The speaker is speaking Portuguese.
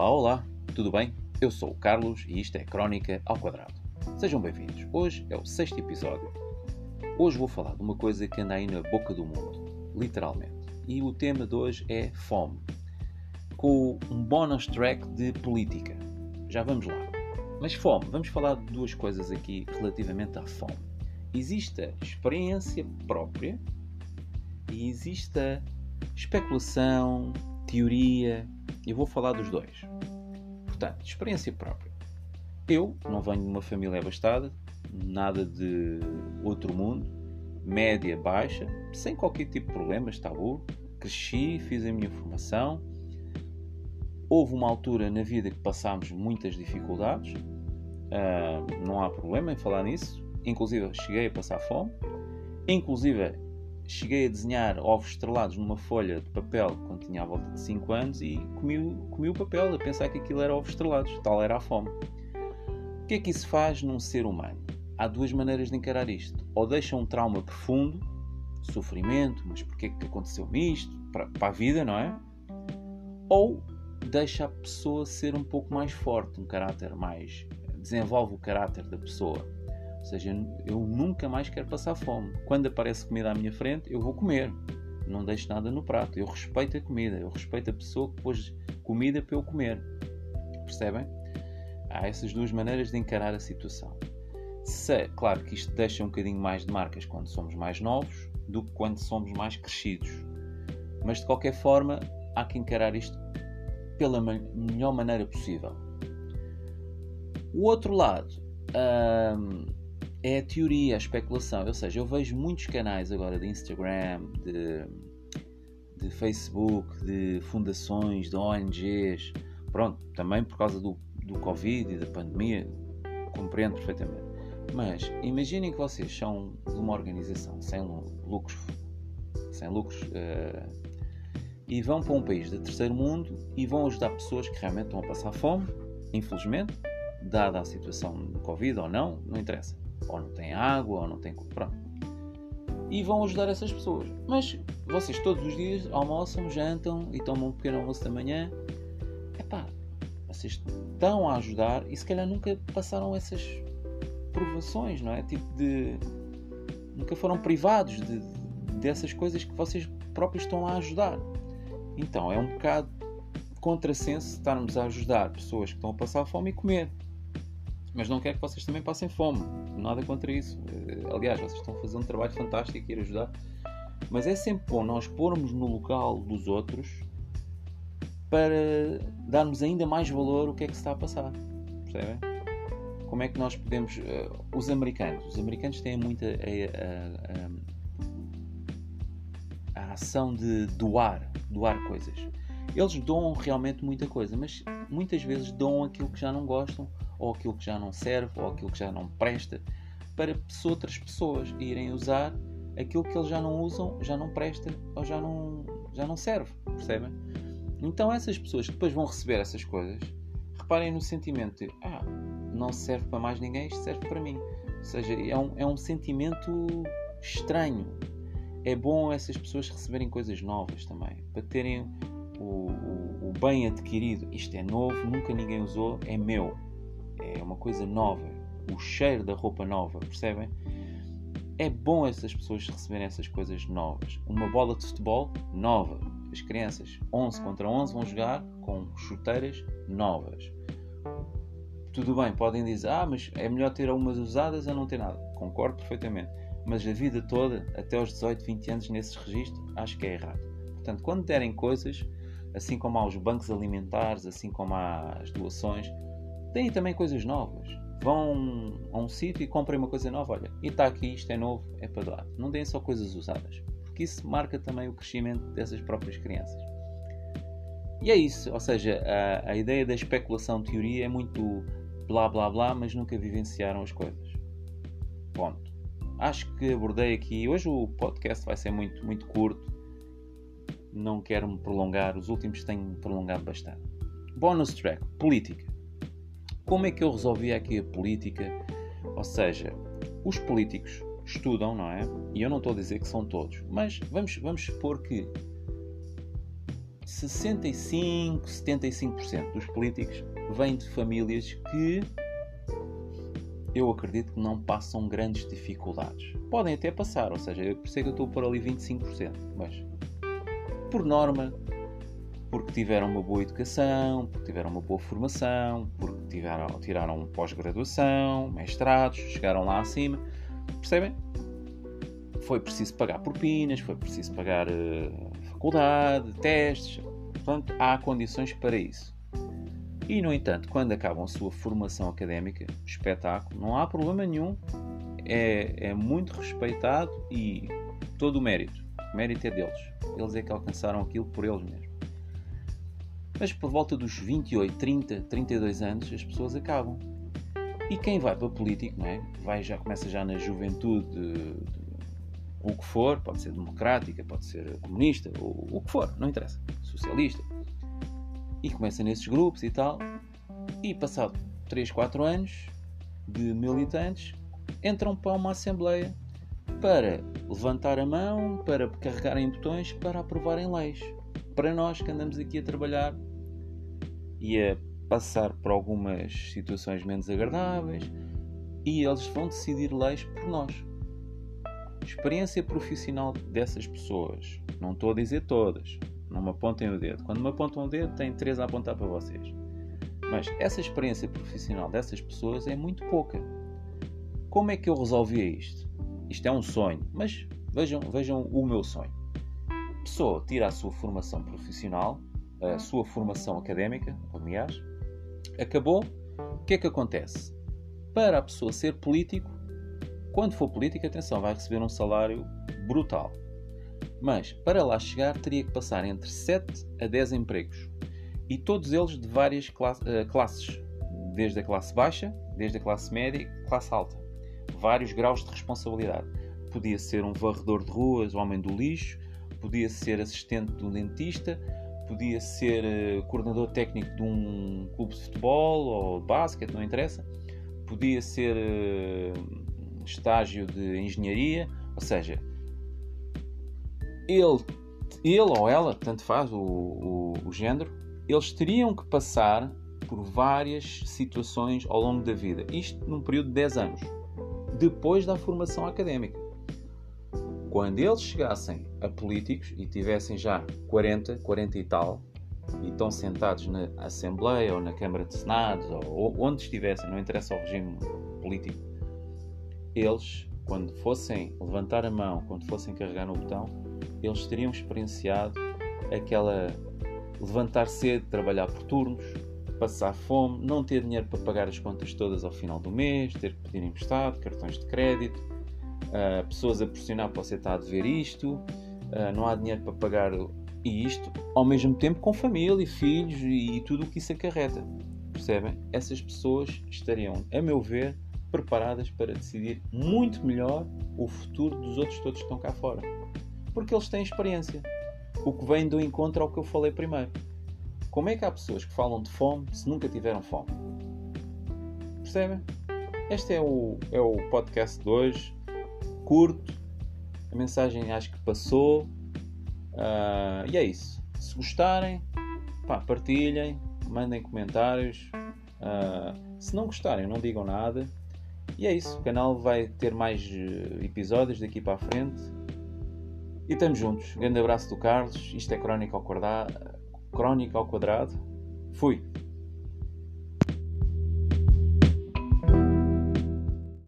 Olá, tudo bem? Eu sou o Carlos e isto é Crónica ao Quadrado. Sejam bem-vindos. Hoje é o 6º episódio. Hoje vou falar de uma coisa que anda aí na boca do mundo, literalmente. E o tema de hoje é fome, com um bonus track de política. Já vamos lá. Mas fome, vamos falar de duas coisas aqui relativamente à fome. Existe a experiência própria e existe a especulação, teoria. Eu vou falar dos dois. Portanto, experiência própria. Eu não venho de uma família abastada, nada de outro mundo, média, baixa, sem qualquer tipo de problemas, tabu. Cresci, fiz a minha formação. Houve uma altura na vida que passámos muitas dificuldades. Não há problema em falar nisso. Inclusive, cheguei a passar fome. Inclusive, cheguei a desenhar ovos estrelados numa folha de papel quando tinha à volta de 5 anos e comi o papel a pensar que aquilo era ovos estrelados. Tal era a fome. O que é que isso faz num ser humano? Há duas maneiras de encarar isto. Ou deixa um trauma profundo, sofrimento, mas porquê que aconteceu-me isto? Para a vida, não é? Ou deixa a pessoa ser um pouco mais forte, um caráter mais... desenvolve o caráter da pessoa. Ou seja, eu nunca mais quero passar fome. Quando aparece comida à minha frente, eu vou comer. Não deixo nada no prato. Eu respeito a comida. Eu respeito a pessoa que pôs comida para eu comer. Percebem? Há essas duas maneiras de encarar a situação. Claro que isto deixa um bocadinho mais de marcas quando somos mais novos do que quando somos mais crescidos. Mas, de qualquer forma, há que encarar isto pela melhor maneira possível. O outro lado... é a teoria, a especulação. Ou seja, eu vejo muitos canais agora de Instagram, de Facebook, de fundações, de ONGs. Pronto, também por causa do Covid e da pandemia, compreendo perfeitamente. Mas imaginem que vocês são de uma organização sem lucros e vão para um país de terceiro mundo e vão ajudar pessoas que realmente estão a passar fome, infelizmente, dada a situação do Covid ou não interessa. Ou não tem água, ou não tem... Pronto. E vão ajudar essas pessoas. Mas vocês todos os dias almoçam, jantam e tomam um pequeno almoço da manhã. Vocês estão a ajudar e se calhar nunca passaram essas provações, não é? Nunca foram privados dessas coisas que vocês próprios estão a ajudar. Então é um bocado contrassenso estarmos a ajudar pessoas que estão a passar fome e comer. Mas não quero que vocês também passem fome. Nada contra isso. Aliás, vocês estão a fazer um trabalho fantástico e ir ajudar. Mas é sempre bom nós pormos no local dos outros para darmos ainda mais valor ao que é que se está a passar. Percebem? Como é que nós podemos... Os americanos têm muita a ação de doar coisas. Eles doam realmente muita coisa, mas muitas vezes doam aquilo que já não gostam, ou aquilo que já não serve, ou aquilo que já não presta, para outras pessoas irem usar aquilo que eles já não usam, já não presta, ou já não serve, percebem? Então essas pessoas que depois vão receber essas coisas, reparem no sentimento de, não serve para mais ninguém, isto serve para mim. Ou seja, é um sentimento estranho. É bom essas pessoas receberem coisas novas também, para terem o bem adquirido. Isto é novo, nunca ninguém usou, é meu. É uma coisa nova. O cheiro da roupa nova, percebem? É bom essas pessoas receberem essas coisas novas. Uma bola de futebol nova. As crianças 11 contra 11 vão jogar com chuteiras novas. Tudo bem, podem dizer, mas é melhor ter algumas usadas a não ter nada. Concordo perfeitamente. Mas a vida toda, até aos 18, 20 anos nesses registros, acho que é errado. Portanto, quando derem coisas, assim como há os bancos alimentares, assim como há as doações, deem também coisas novas. Vão a um sítio e comprem uma coisa nova. Olha, e está aqui, isto é novo, é para doar. Não deem só coisas usadas. Porque isso marca também o crescimento dessas próprias crianças. E é isso. Ou seja, a ideia da especulação teoria é muito blá blá blá, mas nunca vivenciaram as coisas. Ponto. Acho que abordei aqui... Hoje o podcast vai ser muito, muito curto. Não quero me prolongar. Os últimos têm-me prolongado bastante. Bonus track. Política. Como é que eu resolvi aqui a política? Ou seja, os políticos estudam, não é? E eu não estou a dizer que são todos. Mas vamos supor que 65%, 75% dos políticos vêm de famílias que eu acredito que não passam grandes dificuldades. Podem até passar, ou seja, eu sei que eu estou por ali 25%, mas por norma, porque tiveram uma boa educação, porque tiveram uma boa formação, porque tiraram pós-graduação, mestrados, chegaram lá acima, percebem? Foi preciso pagar propinas, foi preciso pagar faculdade, testes, portanto há condições para isso. E, no entanto, quando acabam a sua formação académica, espetáculo, não há problema nenhum, é muito respeitado e todo o mérito é deles. Eles é que alcançaram aquilo por eles mesmos. Mas por volta dos 28, 30, 32 anos, as pessoas acabam. E quem vai para político, não é? Começa já na juventude, o que for, pode ser democrática, pode ser comunista, o que for, não interessa, socialista. E começa nesses grupos e tal, e passado 3, 4 anos de militantes, entram para uma assembleia para levantar a mão, para carregarem botões, para aprovarem leis. Para nós que andamos aqui a trabalhar e a passar por algumas situações menos agradáveis, e eles vão decidir leis por nós. Experiência profissional dessas pessoas, não estou a dizer todas, não me apontem o dedo. Quando me apontam o dedo, tem 3 a apontar para vocês. Mas essa experiência profissional dessas pessoas é muito pouca. Como é que eu resolvia isto? Isto é um sonho, mas vejam o meu sonho. A pessoa tira a sua formação profissional, a sua formação académica, aliás, acabou. O que é que acontece? Para a pessoa ser político, quando for político, atenção, vai receber um salário brutal. Mas, para lá chegar, teria que passar entre 7 a 10 empregos. E todos eles de várias classes. Desde a classe baixa, desde a classe média e classe alta. Vários graus de responsabilidade. Podia ser um varredor de ruas, homem do lixo. Podia ser assistente de um dentista. Podia ser coordenador técnico de um clube de futebol ou de basquete, não interessa. Podia ser estágio de engenharia. Ou seja, ele ou ela, tanto faz o género, eles teriam que passar por várias situações ao longo da vida. Isto num período de 10 anos, depois da formação académica. Quando eles chegassem a políticos e tivessem já 40 e tal, e estão sentados na Assembleia ou na Câmara de Senados, ou onde estivessem, não interessa o regime político, eles, quando fossem levantar a mão, quando fossem carregar no botão, eles teriam experienciado aquela levantar cedo, trabalhar por turnos, passar fome, não ter dinheiro para pagar as contas todas ao final do mês, ter que pedir emprestado, cartões de crédito, pessoas a pressionar para você estar a dever isto, não há dinheiro para pagar, e isto ao mesmo tempo com família, filhos e tudo o que isso acarreta. Percebem? Essas pessoas estariam, a meu ver, preparadas para decidir muito melhor o futuro dos outros todos que estão cá fora. Porque eles têm experiência. O que vem do encontro ao que eu falei primeiro. Como é que há pessoas que falam de fome se nunca tiveram fome? Percebem? Este é o podcast de hoje. Curto. A mensagem acho que passou. E é isso. Se gostarem, partilhem, mandem comentários. Se não gostarem, não digam nada. E é isso. O canal vai ter mais episódios daqui para a frente. E estamos juntos. Grande abraço do Carlos. Isto é Crónica ao Quadrado. Fui.